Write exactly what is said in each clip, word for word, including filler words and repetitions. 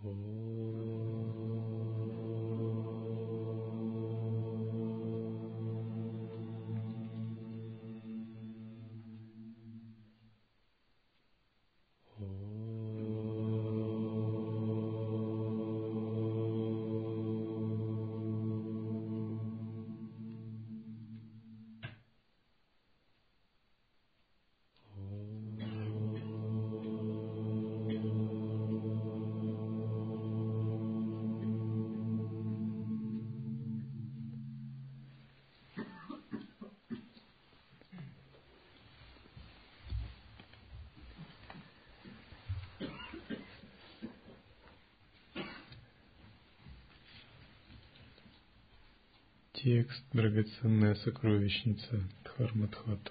Текст «Драгоценная сокровищница» Дхармадхату.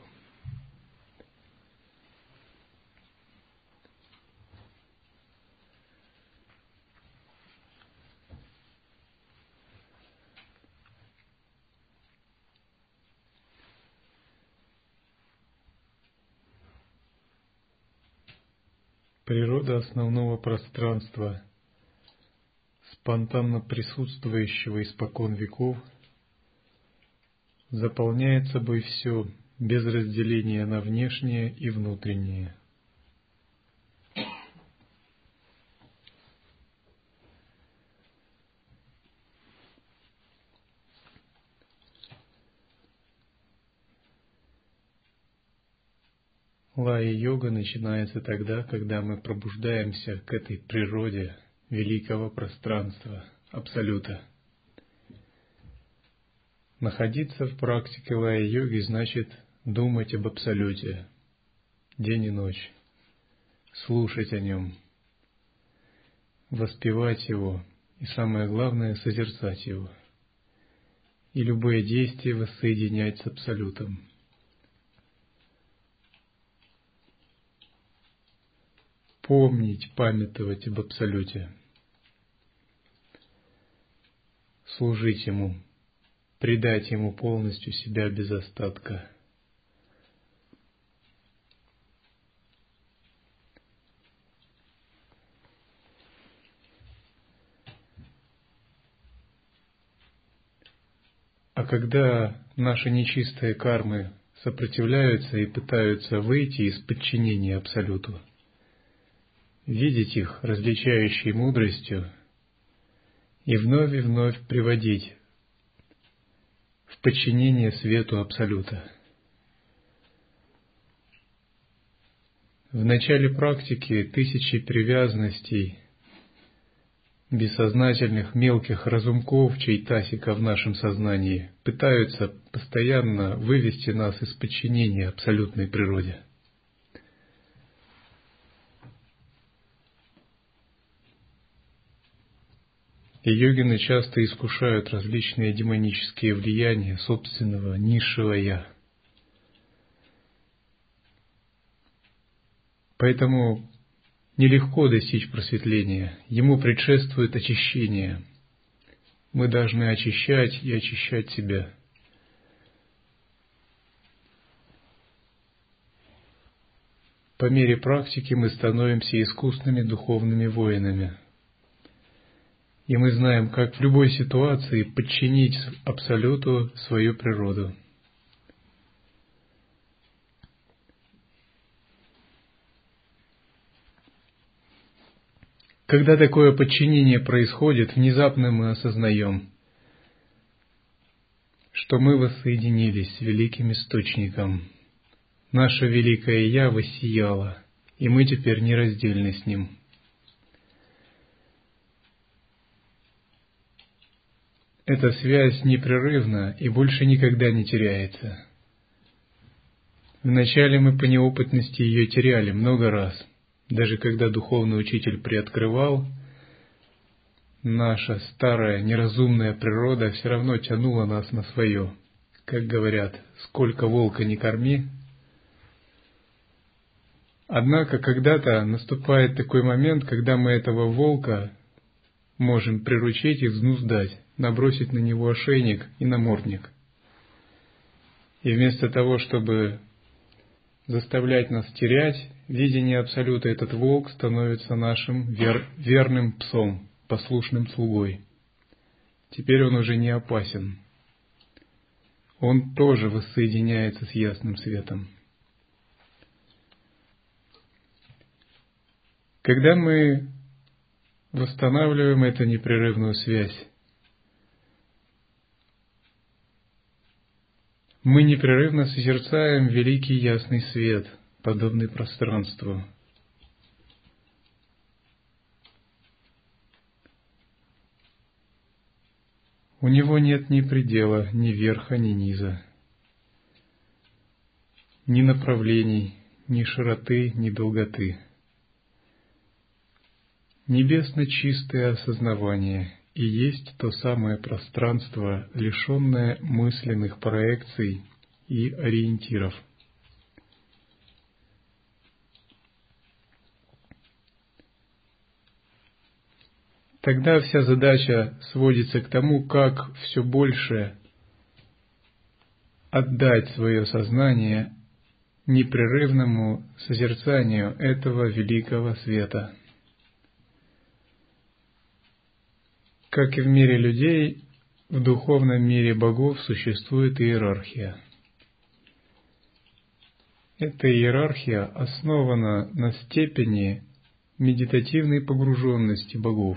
Природа основного пространства, спонтанно присутствующего испокон веков, заполняет собой все, без разделения на внешнее и внутреннее. Лая-йога начинается тогда, когда мы пробуждаемся к этой природе великого пространства, Абсолюта. Находиться в практике лая-йоги значит думать об Абсолюте день и ночь, слушать о нем, воспевать его и, самое главное, созерцать его, и любое действие воссоединять с Абсолютом. Помнить, памятовать об Абсолюте, служить Ему, предать Ему полностью себя без остатка. А когда наши нечистые кармы сопротивляются и пытаются выйти из подчинения Абсолюту, видеть их различающей мудростью и вновь и вновь приводить в подчинение свету Абсолюта. В начале практики тысячи привязанностей, бессознательных мелких разумков чайтасика в нашем сознании пытаются постоянно вывести нас из подчинения абсолютной природе. И йогины часто искушают различные демонические влияния собственного низшего «я». Поэтому нелегко достичь просветления, ему предшествует очищение. Мы должны очищать и очищать себя. По мере практики мы становимся искусными духовными воинами. И мы знаем, как в любой ситуации подчинить Абсолюту свою природу. Когда такое подчинение происходит, внезапно мы осознаем, что мы воссоединились с Великим Источником. Наше Великое Я воссияло, и мы теперь нераздельны с Ним. Эта связь непрерывна и больше никогда не теряется. Вначале мы по неопытности ее теряли много раз. Даже когда духовный учитель приоткрывал, наша старая неразумная природа все равно тянула нас на свое. Как говорят, сколько волка не корми. Однако когда-то наступает такой момент, когда мы этого волка можем приручить и взнуздать, набросить на него ошейник и намордник. И вместо того, чтобы заставлять нас терять видение Абсолюта этот волк становится нашим вер, верным псом, послушным слугой. Теперь он уже не опасен. Он тоже воссоединяется с ясным светом. Когда мы восстанавливаем эту непрерывную связь, мы непрерывно созерцаем великий ясный свет, подобный пространству. У него нет ни предела, ни верха, ни низа, ни направлений, ни широты, ни долготы. Небесно чистое осознавание и есть то самое пространство, лишенное мысленных проекций и ориентиров. Тогда вся задача сводится к тому, как все больше отдать свое сознание непрерывному созерцанию этого великого света. Как и в мире людей, в духовном мире богов существует иерархия. Эта иерархия основана на степени медитативной погруженности богов.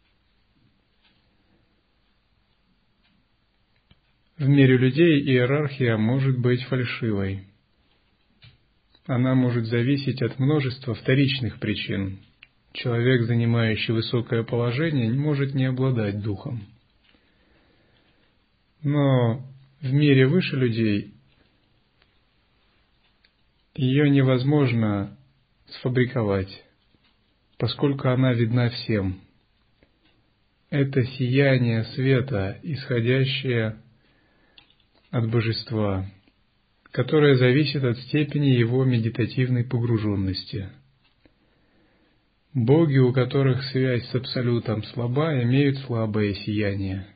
В мире людей иерархия может быть фальшивой. Она может зависеть от множества вторичных причин. Человек, занимающий высокое положение, может не обладать духом. Но в мире выше людей ее невозможно сфабриковать, поскольку она видна всем. Это сияние света, исходящее от божества, которое зависит от степени его медитативной погруженности. Боги, у которых связь с Абсолютом слаба, имеют слабое сияние.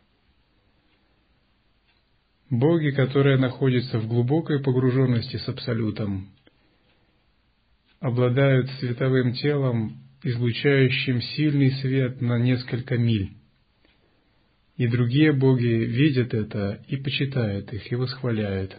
Боги, которые находятся в глубокой погруженности с Абсолютом, обладают световым телом, излучающим сильный свет на несколько миль. И другие боги видят это и почитают их, и восхваляют.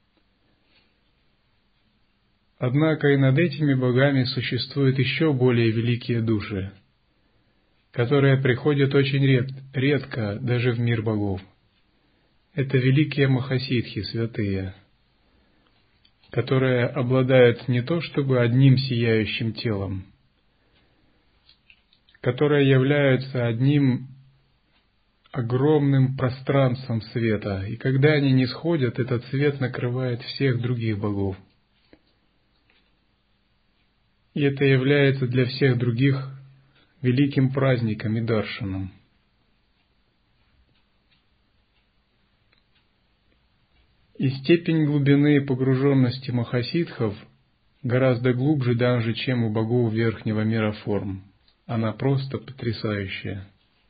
Однако и над этими богами существуют еще более великие души, которые приходят очень ред, редко даже в мир богов. Это великие махасидхи, святые, которые обладают не то чтобы одним сияющим телом, которые являются одним огромным пространством света, и когда они нисходят, этот свет накрывает всех других богов. И это является для всех других великим праздником и даршаном. И степень глубины погруженности махасидхов гораздо глубже даже, чем у богов верхнего мира форм. Она просто потрясающая.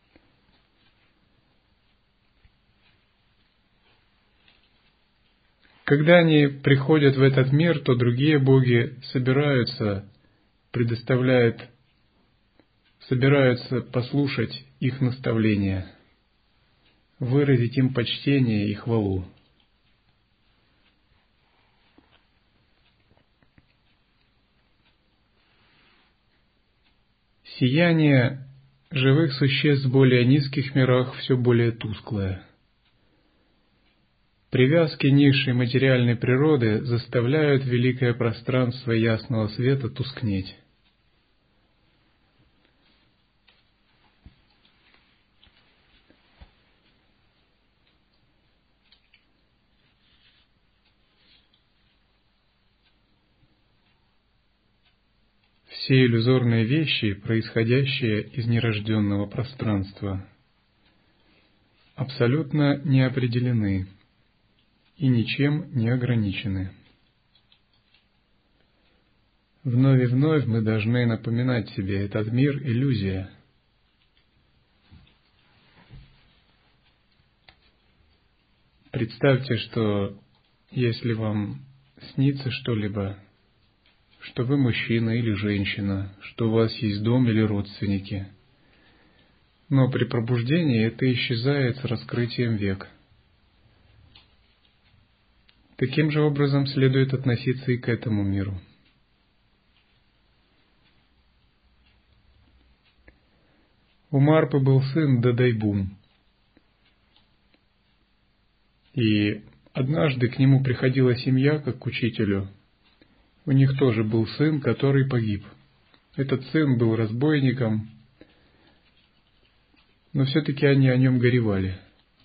Когда они приходят в этот мир, то другие боги собираются, предоставляют, собираются послушать их наставления, выразить им почтение и хвалу. Сияние живых существ в более низких мирах все более тусклое. Привязки низшей материальной природы заставляют великое пространство ясного света тускнеть. Все иллюзорные вещи, происходящие из нерожденного пространства, абсолютно не определены и ничем не ограничены. Вновь и вновь мы должны напоминать себе: этот мир — иллюзия. Представьте, что если вам снится что-либо, что вы мужчина или женщина, что у вас есть дом или родственники. Но при пробуждении это исчезает с раскрытием век. Таким же образом следует относиться и к этому миру. У Марпы был сын Дадайбум. И однажды к нему приходила семья, как к учителю. У них тоже был сын, который погиб. Этот сын был разбойником, но все-таки они о нем горевали.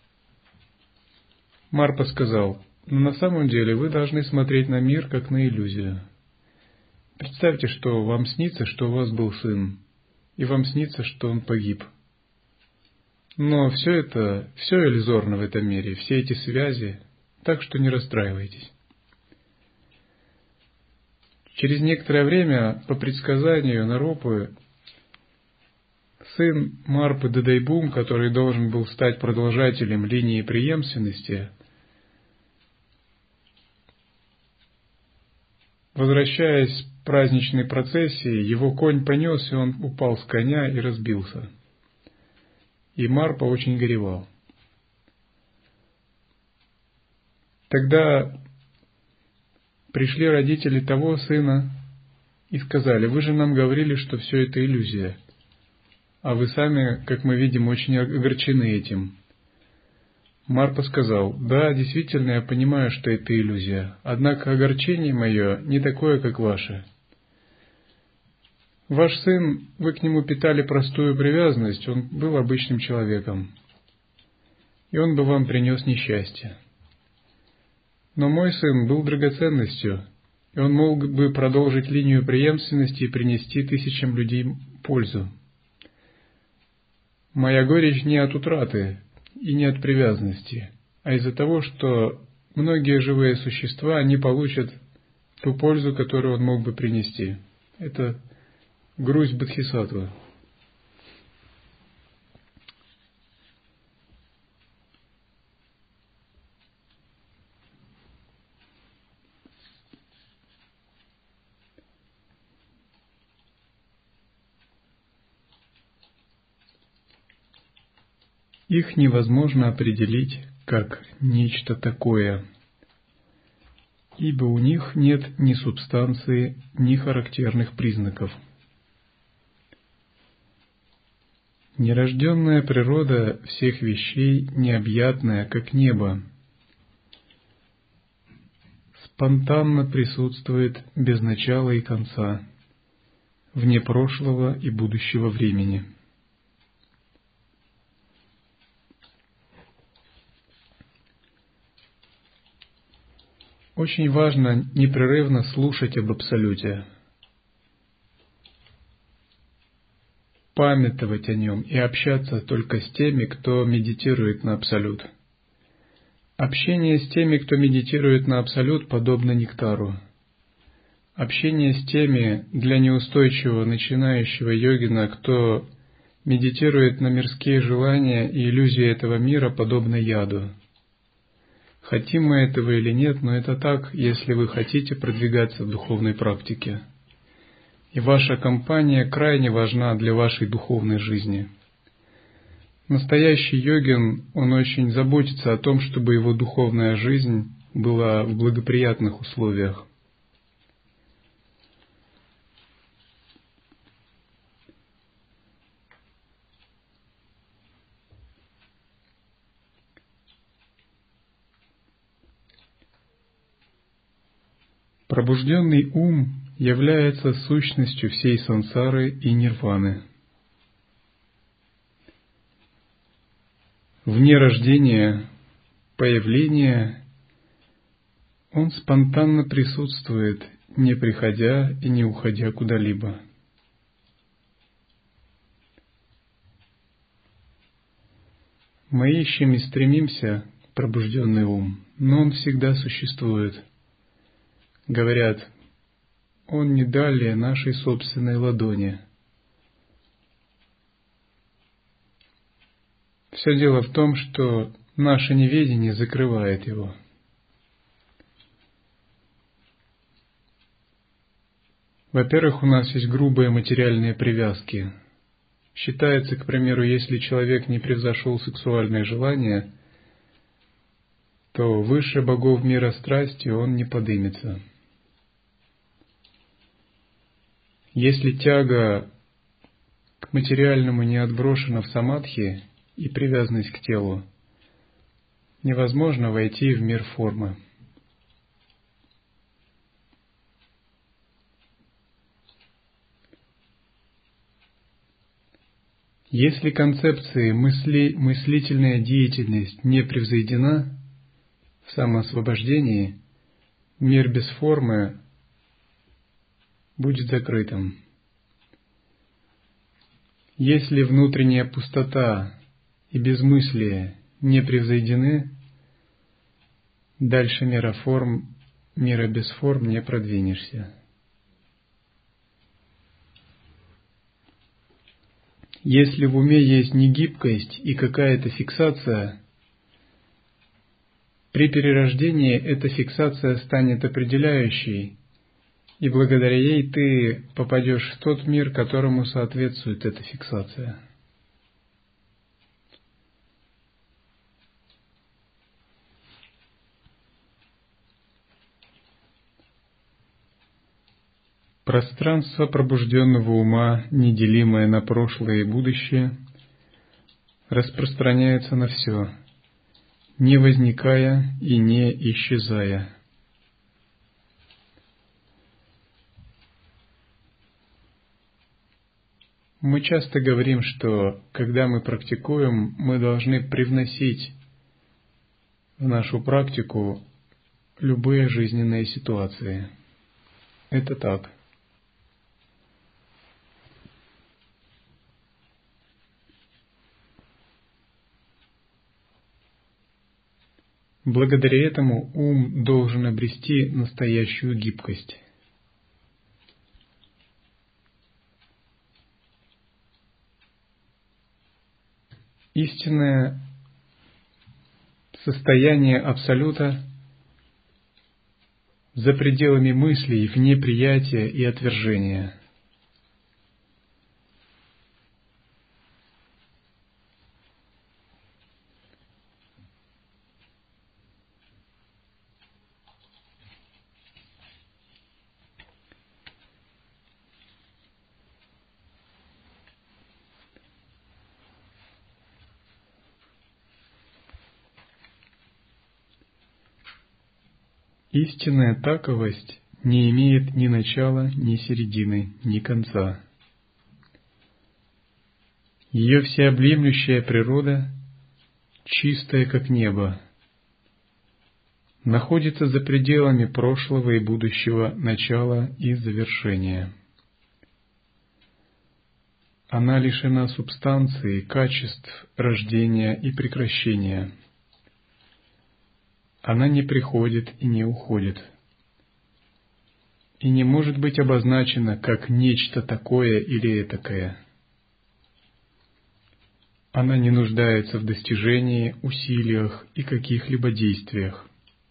Марпа сказал: но на самом деле вы должны смотреть на мир, как на иллюзию. Представьте, что вам снится, что у вас был сын, и вам снится, что он погиб. Но все это, все иллюзорно в этом мире, все эти связи, так что не расстраивайтесь. Через некоторое время, по предсказанию Наропы, сын Марпы Дадайбум, который должен был стать продолжателем линии преемственности, возвращаясь в праздничной процессии, его конь понес, и он упал с коня и разбился. И Марпа очень горевал. Тогда пришли родители того сына и сказали: вы же нам говорили, что все это иллюзия, а вы сами, как мы видим, очень огорчены этим. Марпа сказал: да, действительно, я понимаю, что это иллюзия, однако огорчение мое не такое, как ваше. Ваш сын, вы к нему питали простую привязанность, он был обычным человеком, и он бы вам принес несчастье. Но мой сын был драгоценностью, и он мог бы продолжить линию преемственности и принести тысячам людей пользу. Моя горечь не от утраты и не от привязанности, а из-за того, что многие живые существа не получат ту пользу, которую он мог бы принести. Это грусть Бодхисаттвы. Их невозможно определить как нечто такое, ибо у них нет ни субстанции, ни характерных признаков. Нерожденная природа всех вещей необъятная, как небо, спонтанно присутствует без начала и конца, вне прошлого и будущего времени. Очень важно непрерывно слушать об Абсолюте, памятовать о нем и общаться только с теми, кто медитирует на Абсолют. Общение с теми, кто медитирует на Абсолют, подобно нектару. Общение с теми для неустойчивого начинающего йогина, кто медитирует на мирские желания и иллюзии этого мира, подобно яду. Хотим мы этого или нет, но это так, если вы хотите продвигаться в духовной практике. И ваша компания крайне важна для вашей духовной жизни. Настоящий йогин, он очень заботится о том, чтобы его духовная жизнь была в благоприятных условиях. Пробужденный ум является сущностью всей сансары и нирваны. Вне рождения, появления, он спонтанно присутствует, не приходя и не уходя куда-либо. Мы ищем и стремимся, пробужденный ум, но он всегда существует. Говорят, он не далее нашей собственной ладони. Все дело в том, что наше неведение закрывает его. Во-первых, у нас есть грубые материальные привязки. Считается, к примеру, если человек не превзошел сексуальные желания, то выше богов мира страсти он не подымется. Если тяга к материальному не отброшена в самадхи и привязанность к телу, невозможно войти в мир формы. Если концепции мысли, мыслительная деятельность не превзойдена в самоосвобождении, мир без формы будет закрытым. Если внутренняя пустота и безмыслие не превзойдены, дальше мира форм, мира без форм не продвинешься. Если в уме есть негибкость и какая-то фиксация, при перерождении эта фиксация станет определяющей, и благодаря ей ты попадешь в тот мир, которому соответствует эта фиксация. Пространство пробужденного ума, неделимое на прошлое и будущее, распространяется на все, не возникая и не исчезая. Мы часто говорим, что когда мы практикуем, мы должны привносить в нашу практику любые жизненные ситуации. Это так. Благодаря этому ум должен обрести настоящую гибкость. Истинное состояние Абсолюта за пределами мыслей, вне приятия и отвержения. Истинная таковость не имеет ни начала, ни середины, ни конца. Ее всеобъемлющая природа, чистая как небо, находится за пределами прошлого и будущего начала и завершения. Она лишена субстанции, качеств, рождения и прекращения. Она не приходит и не уходит, и не может быть обозначена как нечто такое или этакое. Она не нуждается в достижении, усилиях и каких-либо действиях.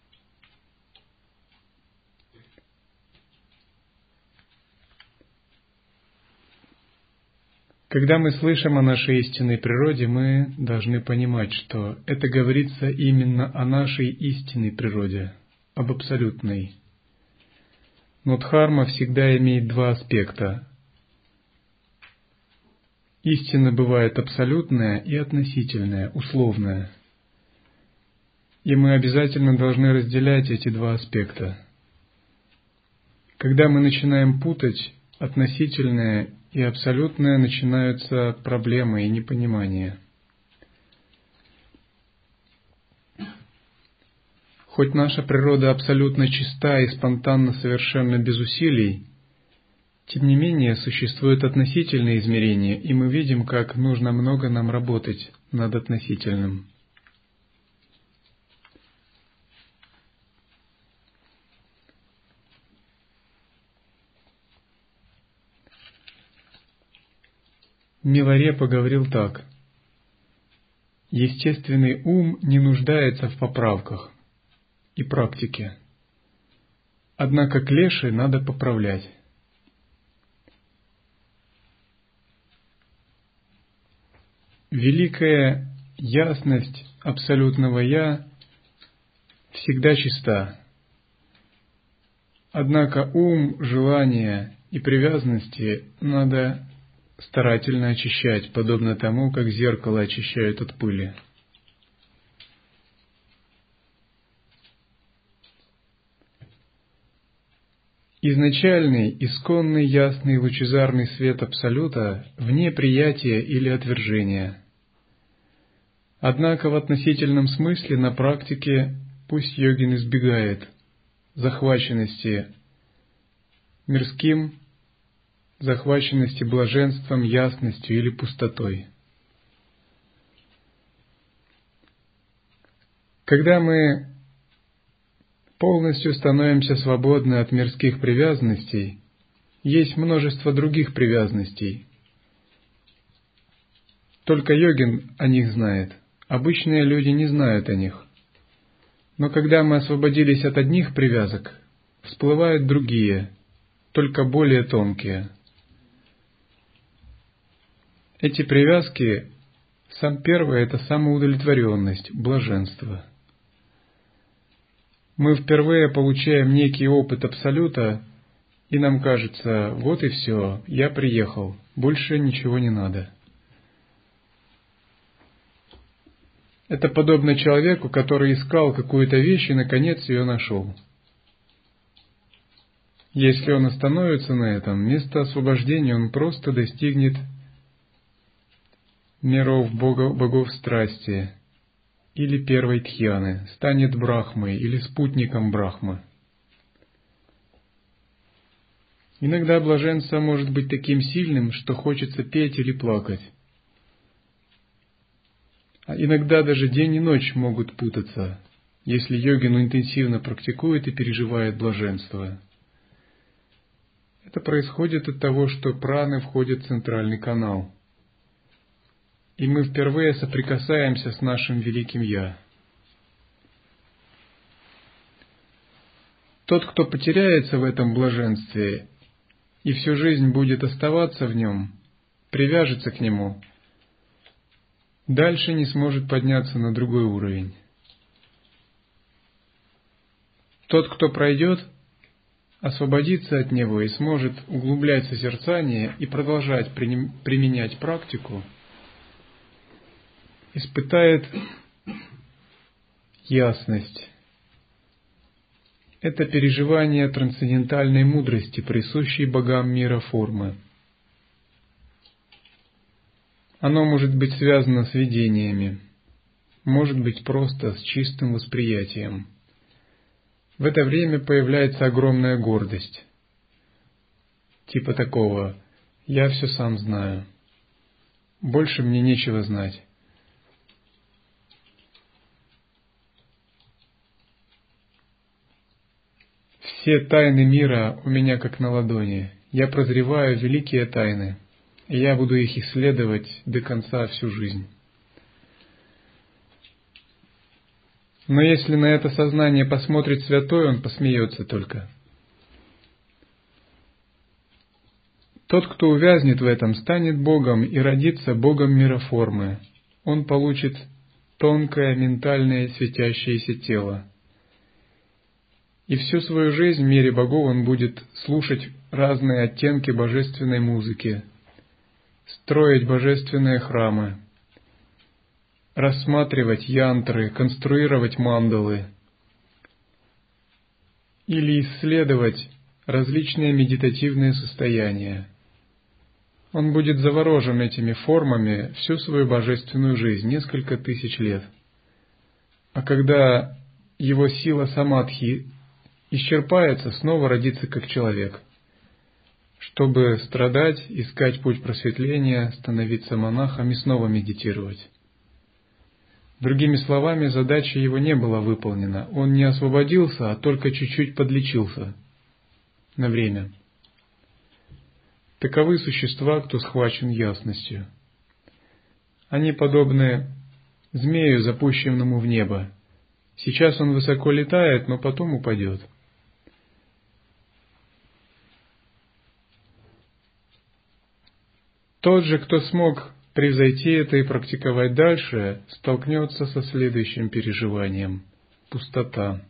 Когда мы слышим о нашей истинной природе, мы должны понимать, что это говорится именно о нашей истинной природе, об абсолютной. Но дхарма всегда имеет два аспекта. Истина бывает абсолютная и относительная, условная. И мы обязательно должны разделять эти два аспекта. Когда мы начинаем путать относительное и абсолютное, начинаются проблемы и непонимание. Хоть наша природа абсолютно чиста и спонтанна совершенно без усилий, тем не менее существуют относительные измерения, и мы видим, как нужно много нам работать над относительным. Миларепа говорил так: естественный ум не нуждается в поправках и практике, однако клеши надо поправлять. великая ясность абсолютного «Я» всегда чиста. Однако ум, желания и привязанности надо старательно очищать, подобно тому, как зеркало очищают от пыли. Изначальный, исконный, ясный, лучезарный свет Абсолюта вне приятия или отвержения. Однако в относительном смысле на практике пусть йогин избегает захваченности мирским, захваченности блаженством, ясностью или пустотой. Когда мы полностью становимся свободны от мирских привязанностей, есть множество других привязанностей. Только йогин о них знает, обычные люди не знают о них. Но когда мы освободились от одних привязок, всплывают другие, только более тонкие. Эти привязки, сам первое, это самоудовлетворенность, блаженство. Мы впервые получаем некий опыт Абсолюта, и нам кажется, вот и все, я приехал, больше ничего не надо. Это подобно человеку, который искал какую-то вещь и, наконец, ее нашел. Если он остановится на этом, вместо освобождения он просто достигнет миров бога, богов страсти, или первой тхьяны, станет брахмой или спутником брахмы. Иногда блаженство может быть таким сильным, что хочется петь или плакать. А иногда даже день и ночь могут путаться, если йогин интенсивно практикует и переживает блаженство. Это происходит от того, что праны входят в центральный канал. И мы впервые соприкасаемся с нашим великим Я. Тот, кто потеряется в этом блаженстве и всю жизнь будет оставаться в нем, привяжется к нему, дальше не сможет подняться на другой уровень. Тот, кто пройдет, освободится от него и сможет углублять созерцание и продолжать применять практику, испытает ясность. Это переживание трансцендентальной мудрости, присущей богам мира формы. Оно может быть связано с видениями, может быть просто с чистым восприятием. В это время появляется огромная гордость, типа такого: «Я все сам знаю, больше мне нечего знать». Все тайны мира у меня как на ладони. Я прозреваю великие тайны, и я буду их исследовать до конца всю жизнь. Но если на это сознание посмотрит святой, он посмеется только. Тот, кто увязнет в этом, станет Богом и родится Богом мироформы. Он получит тонкое, ментальное, светящееся тело. И всю свою жизнь в мире богов он будет слушать разные оттенки божественной музыки, строить божественные храмы, рассматривать янтры, конструировать мандалы или исследовать различные медитативные состояния. Он будет заворожен этими формами всю свою божественную жизнь, несколько тысяч лет. А когда его сила самадхи исчерпается, снова родится как человек, чтобы страдать, искать путь просветления, становиться монахом и снова медитировать. Другими словами, задача его не была выполнена. Он не освободился, а только чуть-чуть подлечился на время. Таковы существа, кто схвачен ясностью. Они подобны змею, запущенному в небо. Сейчас он высоко летает, но потом упадет. Тот же, кто смог превзойти это и практиковать дальше, столкнется со следующим переживанием – пустота.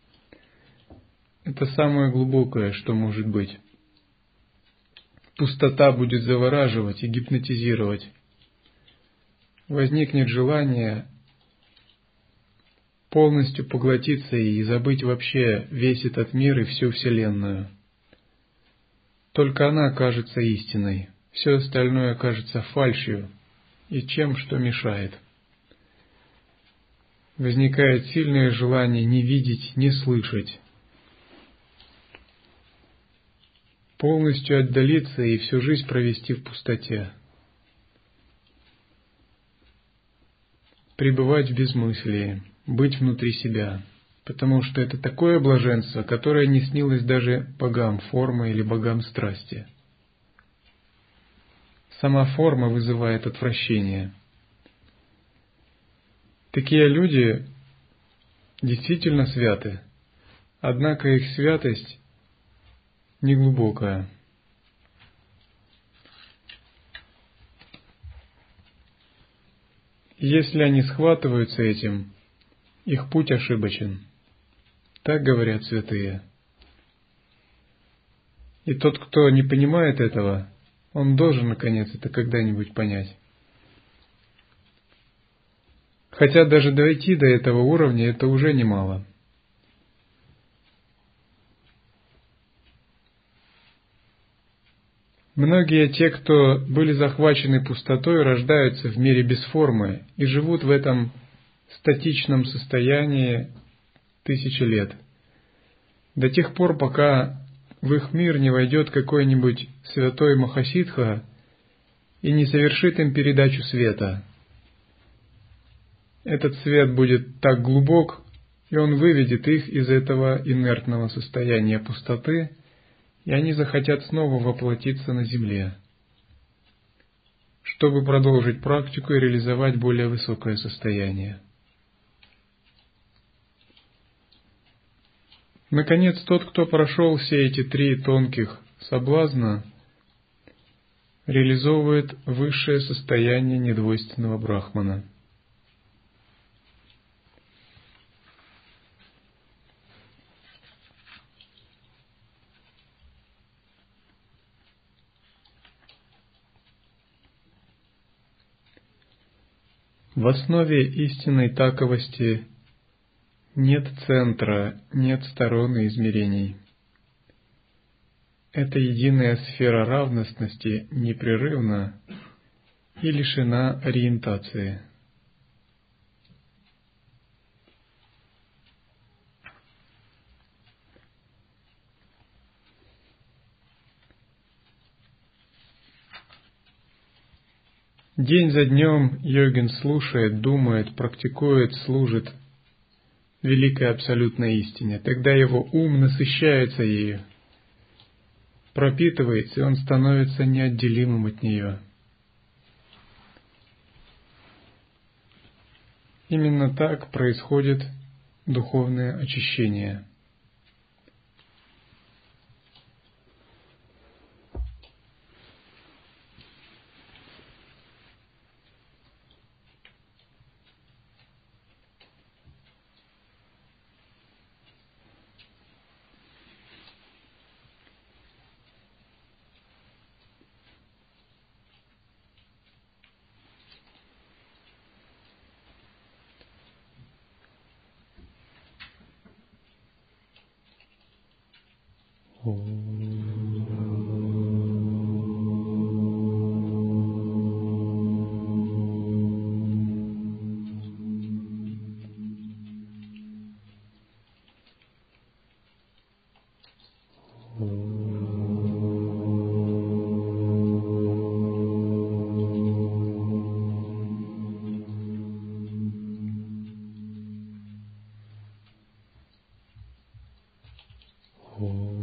Это самое глубокое, что может быть. Пустота будет завораживать и гипнотизировать. Возникнет желание полностью поглотиться и забыть вообще весь этот мир и всю Вселенную. Только она кажется истиной, все остальное кажется фальшью и чем, что мешает. Возникает сильное желание не видеть, не слышать, полностью отдалиться и всю жизнь провести в пустоте, пребывать в безмыслии, быть внутри себя, потому что это такое блаженство, которое не снилось даже богам формы или богам страсти. Сама форма вызывает отвращение. Такие люди действительно святы, однако их святость неглубокая. Если они схватываются этим, их путь ошибочен. Так говорят святые. И тот, кто не понимает этого, он должен, наконец, это когда-нибудь понять. Хотя даже дойти до этого уровня, это уже немало. Многие те, кто были захвачены пустотой, рождаются в мире без формы и живут в этом статичном состоянии тысячи лет. До тех пор, пока в их мир не войдет какой-нибудь святой Махасидха и не совершит им передачу света. Этот свет будет так глубок, и он выведет их из этого инертного состояния пустоты, и они захотят снова воплотиться на земле, чтобы продолжить практику и реализовать более высокое состояние. Наконец, тот, кто прошел все эти три тонких соблазна, реализовывает высшее состояние недвойственного брахмана. В основе истинной таковости нет центра, нет сторон и измерений. Эта единая сфера равностности непрерывна и лишена ориентации. День за днем йогин слушает, думает, практикует, служит великой абсолютной истине. Тогда его ум насыщается ею, пропитывается, и он становится неотделимым от нее. Именно так происходит духовное очищение. Oh.